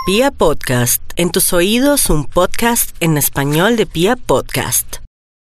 Pia Podcast, en tus oídos un podcast en español de Pia Podcast.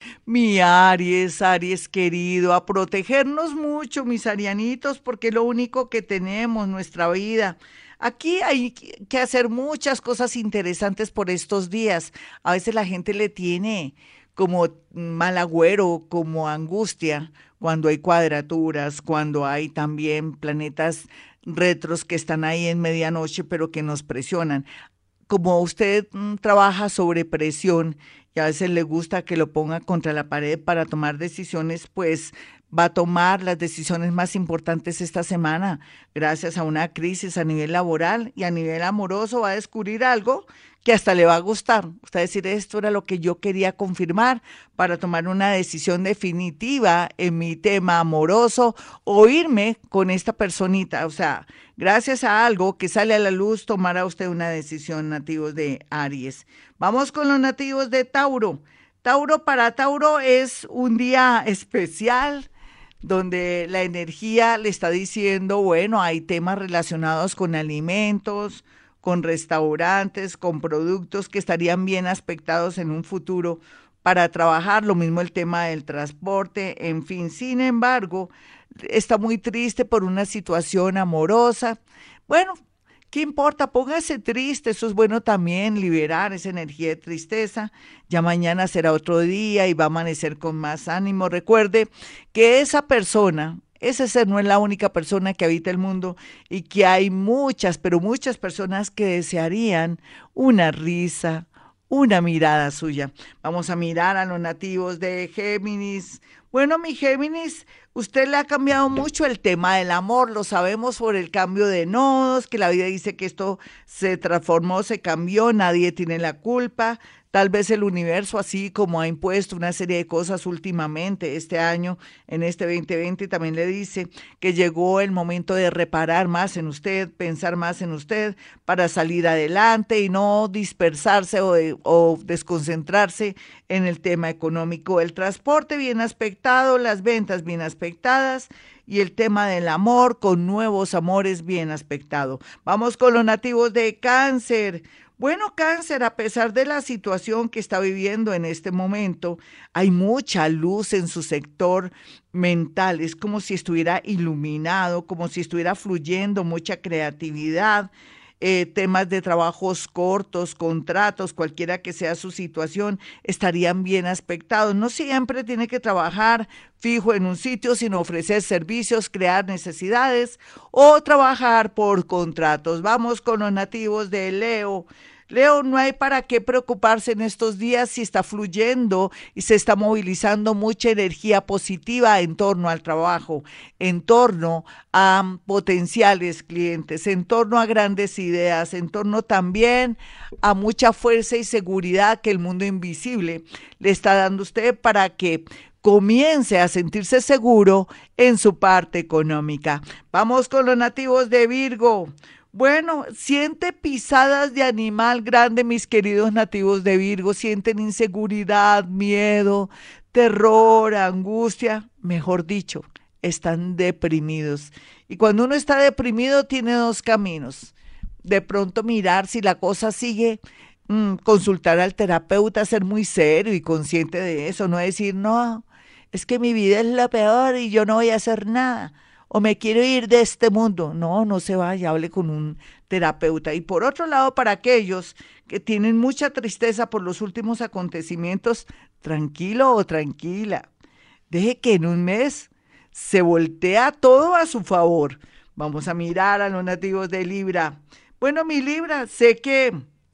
Mi Aries querido, a protegernos mucho, mis arianitos, porque es lo único que tenemos, nuestra vida. Aquí hay que hacer muchas cosas interesantes por estos días. A veces la gente le tiene como mal agüero, como angustia, cuando hay cuadraturas, cuando hay también planetas retros que están ahí en medianoche, pero que nos presionan. Como usted trabaja sobre presión y a veces le gusta que lo ponga contra la pared para tomar decisiones, pues va a tomar las decisiones más importantes esta semana gracias a una crisis a nivel laboral y a nivel amoroso va a descubrir algo que hasta le va a gustar. Usted va a decir, esto era lo que yo quería confirmar para tomar una decisión definitiva en mi tema amoroso o irme con esta personita. O sea, gracias a algo que sale a la luz, tomará usted una decisión, nativos de Aries. Vamos con los nativos de Tauro. Para Tauro es un día especial donde la energía le está diciendo, bueno, hay temas relacionados con alimentos, con restaurantes, con productos que estarían bien aspectados en un futuro para trabajar, lo mismo el tema del transporte, en fin. Sin embargo, está muy triste por una situación amorosa. Bueno, ¿qué importa? Póngase triste, eso es bueno también, liberar esa energía de tristeza. Ya mañana será otro día y va a amanecer con más ánimo. Recuerde que esa persona, ese ser no es la única persona que habita el mundo y que hay muchas, pero muchas personas que desearían una risa, una mirada suya. Vamos a mirar a los nativos de Géminis. Bueno, mi Géminis, usted le ha cambiado mucho el tema del amor, lo sabemos por el cambio de nodos, que la vida dice que esto se transformó, se cambió, nadie tiene la culpa. Tal vez el universo, así como ha impuesto una serie de cosas últimamente este año, en este 2020, también le dice que llegó el momento de reparar más en usted, pensar más en usted para salir adelante y no dispersarse o desconcentrarse en el tema económico. El transporte bien aspectado, las ventas bien aspectadas y el tema del amor con nuevos amores bien aspectado. Vamos con los nativos de Cáncer. Bueno, Cáncer, a pesar de la situación que está viviendo en este momento, hay mucha luz en su sector mental. Es como si estuviera iluminado, como si estuviera fluyendo mucha creatividad. Temas de trabajos cortos, contratos, cualquiera que sea su situación, estarían bien aspectados. No siempre tiene que trabajar fijo en un sitio, sino ofrecer servicios, crear necesidades o trabajar por contratos. Vamos con los nativos de Leo. Leo, no hay para qué preocuparse en estos días si está fluyendo y se está movilizando mucha energía positiva en torno al trabajo, en torno a potenciales clientes, en torno a grandes ideas, en torno también a mucha fuerza y seguridad que el mundo invisible le está dando a usted para que comience a sentirse seguro en su parte económica. Vamos con los nativos de Virgo. Bueno, siente pisadas de animal grande, mis queridos nativos de Virgo, sienten inseguridad, miedo, terror, angustia, mejor dicho, están deprimidos. Y cuando uno está deprimido tiene dos caminos. De pronto mirar si la cosa sigue, consultar al terapeuta, ser muy serio y consciente de eso, no decir, no, es que mi vida es la peor y yo no voy a hacer nada. O me quiero ir de este mundo. No, no se vaya, hable con un terapeuta. Y por otro lado, para aquellos que tienen mucha tristeza por los últimos acontecimientos, tranquilo o tranquila. Deje que en un mes se voltea todo a su favor. Vamos a mirar a los nativos de Libra. Bueno, mi Libra, sé que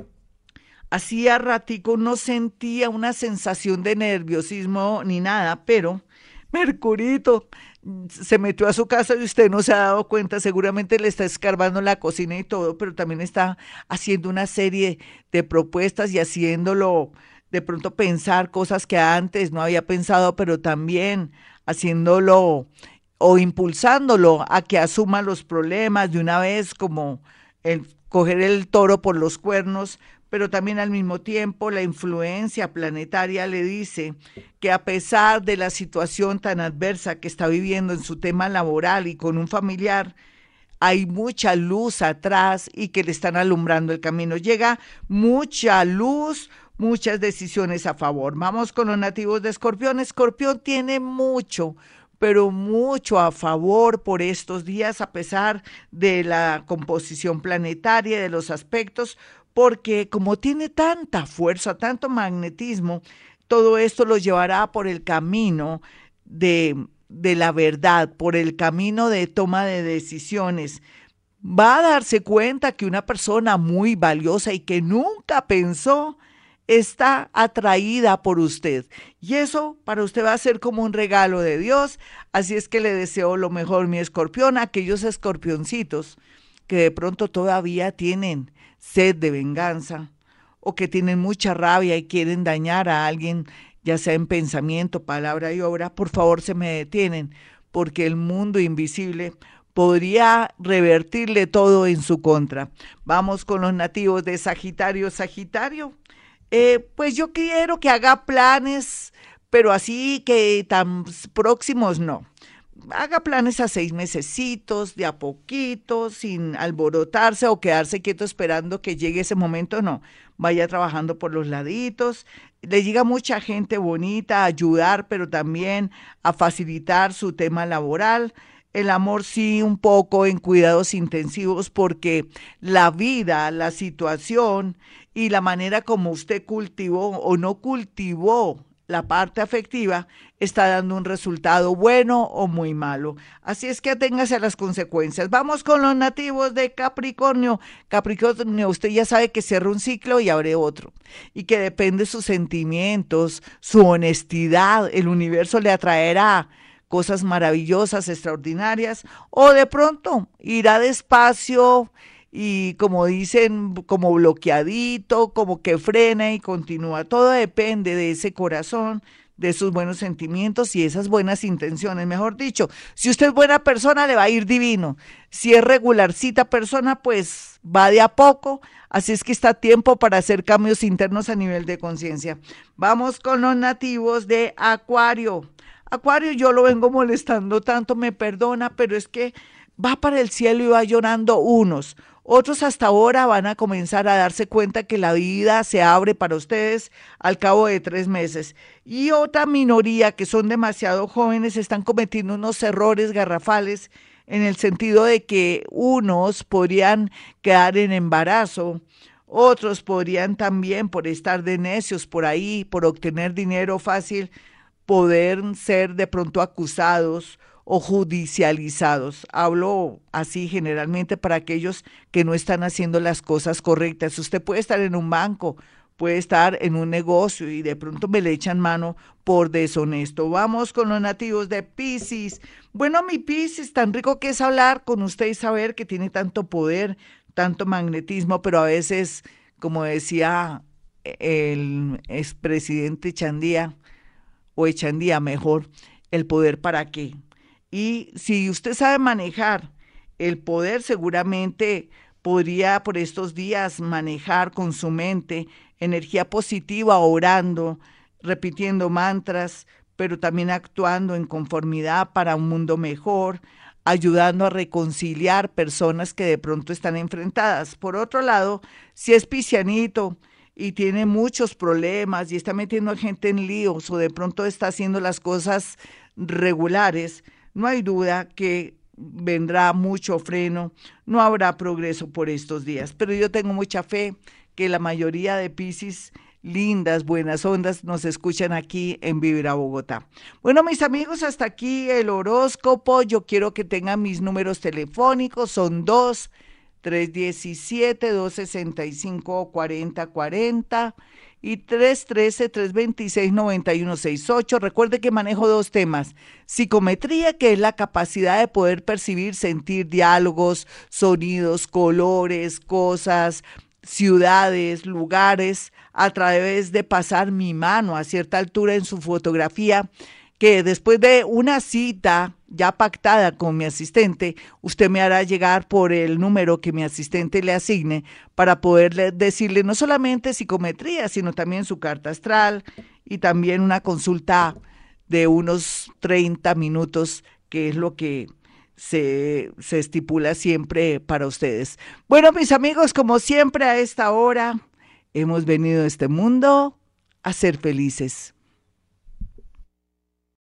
hacía ratico no sentía una sensación de nerviosismo ni nada, pero Mercurito se metió a su casa y usted no se ha dado cuenta, seguramente le está escarbando la cocina y todo, pero también está haciendo una serie de propuestas y haciéndolo de pronto pensar cosas que antes no había pensado, pero también haciéndolo o impulsándolo a que asuma los problemas de una vez, como el coger el toro por los cuernos, pero también al mismo tiempo la influencia planetaria le dice que a pesar de la situación tan adversa que está viviendo en su tema laboral y con un familiar, hay mucha luz atrás y que le están alumbrando el camino. Llega mucha luz, muchas decisiones a favor. Vamos con los nativos de Escorpión. Escorpión tiene mucho, pero mucho a favor por estos días, a pesar de la composición planetaria, de los aspectos, porque como tiene tanta fuerza, tanto magnetismo, todo esto lo llevará por el camino de la verdad, por el camino de toma de decisiones. Va a darse cuenta que una persona muy valiosa y que nunca pensó está atraída por usted. Y eso para usted va a ser como un regalo de Dios. Así es que le deseo lo mejor, mi escorpión, a aquellos escorpioncitos que de pronto todavía tienen sed de venganza o que tienen mucha rabia y quieren dañar a alguien, ya sea en pensamiento, palabra y obra. Por favor, se me detienen, porque el mundo invisible podría revertirle todo en su contra. Vamos con los nativos de Sagitario. Sagitario, pues yo quiero que haga planes, pero así que tan próximos no. Haga planes a 6 mesecitos, de a poquito, sin alborotarse o quedarse quieto esperando que llegue ese momento, no. Vaya trabajando por los laditos. Le llega mucha gente bonita a ayudar, pero también a facilitar su tema laboral. El amor sí, un poco en cuidados intensivos, porque la vida, la situación y la manera como usted cultivó o no cultivó la parte afectiva está dando un resultado bueno o muy malo. Así es que aténgase a las consecuencias. Vamos con los nativos de Capricornio. Capricornio, usted ya sabe que cierra un ciclo y abre otro, y que depende de sus sentimientos, su honestidad. El universo le atraerá cosas maravillosas, extraordinarias, o de pronto irá despacio y, como dicen, como bloqueadito, como que frena y continúa. Todo depende de ese corazón, de sus buenos sentimientos y esas buenas intenciones. Mejor dicho, si usted es buena persona, le va a ir divino. Si es regularcita persona, pues va de a poco. Así es que está a tiempo para hacer cambios internos a nivel de conciencia. Vamos con los nativos de Acuario. Acuario, yo lo vengo molestando tanto, me perdona, pero es que va para el cielo y va llorando unos. Otros hasta ahora van a comenzar a darse cuenta que la vida se abre para ustedes al cabo de 3 meses. Y otra minoría, que son demasiado jóvenes, están cometiendo unos errores garrafales, en el sentido de que unos podrían quedar en embarazo, otros podrían también, por estar de necios por ahí, por obtener dinero fácil, poder ser de pronto acusados o judicializados. Hablo así generalmente para aquellos que no están haciendo las cosas correctas. Usted puede estar en un banco, puede estar en un negocio y de pronto me le echan mano por deshonesto. Vamos con los nativos de Piscis. Bueno, mi Piscis, tan rico que es hablar con usted y saber que tiene tanto poder, tanto magnetismo, pero a veces, como decía el expresidente Chandía, o Echandía mejor, el poder para qué. Y si usted sabe manejar el poder, seguramente podría por estos días manejar con su mente energía positiva, orando, repitiendo mantras, pero también actuando en conformidad para un mundo mejor, ayudando a reconciliar personas que de pronto están enfrentadas. Por otro lado, si es piscianito y tiene muchos problemas y está metiendo a gente en líos o de pronto está haciendo las cosas regulares, no hay duda que vendrá mucho freno, no habrá progreso por estos días. Pero yo tengo mucha fe que la mayoría de Piscis lindas, buenas ondas nos escuchan aquí en Vibra Bogotá. Bueno, mis amigos, hasta aquí el horóscopo. Yo quiero que tengan mis números telefónicos, son 317-265-4040 y 313-326-9168. Recuerde que manejo 2 temas: psicometría, que es la capacidad de poder percibir, sentir diálogos, sonidos, colores, cosas, ciudades, lugares, a través de pasar mi mano a cierta altura en su fotografía, que después de una cita ya pactada con mi asistente, usted me hará llegar por el número que mi asistente le asigne para poderle decirle no solamente psicometría, sino también su carta astral y también una consulta de unos 30 minutos, que es lo que se estipula siempre para ustedes. Bueno, mis amigos, como siempre a esta hora, hemos venido a este mundo a ser felices.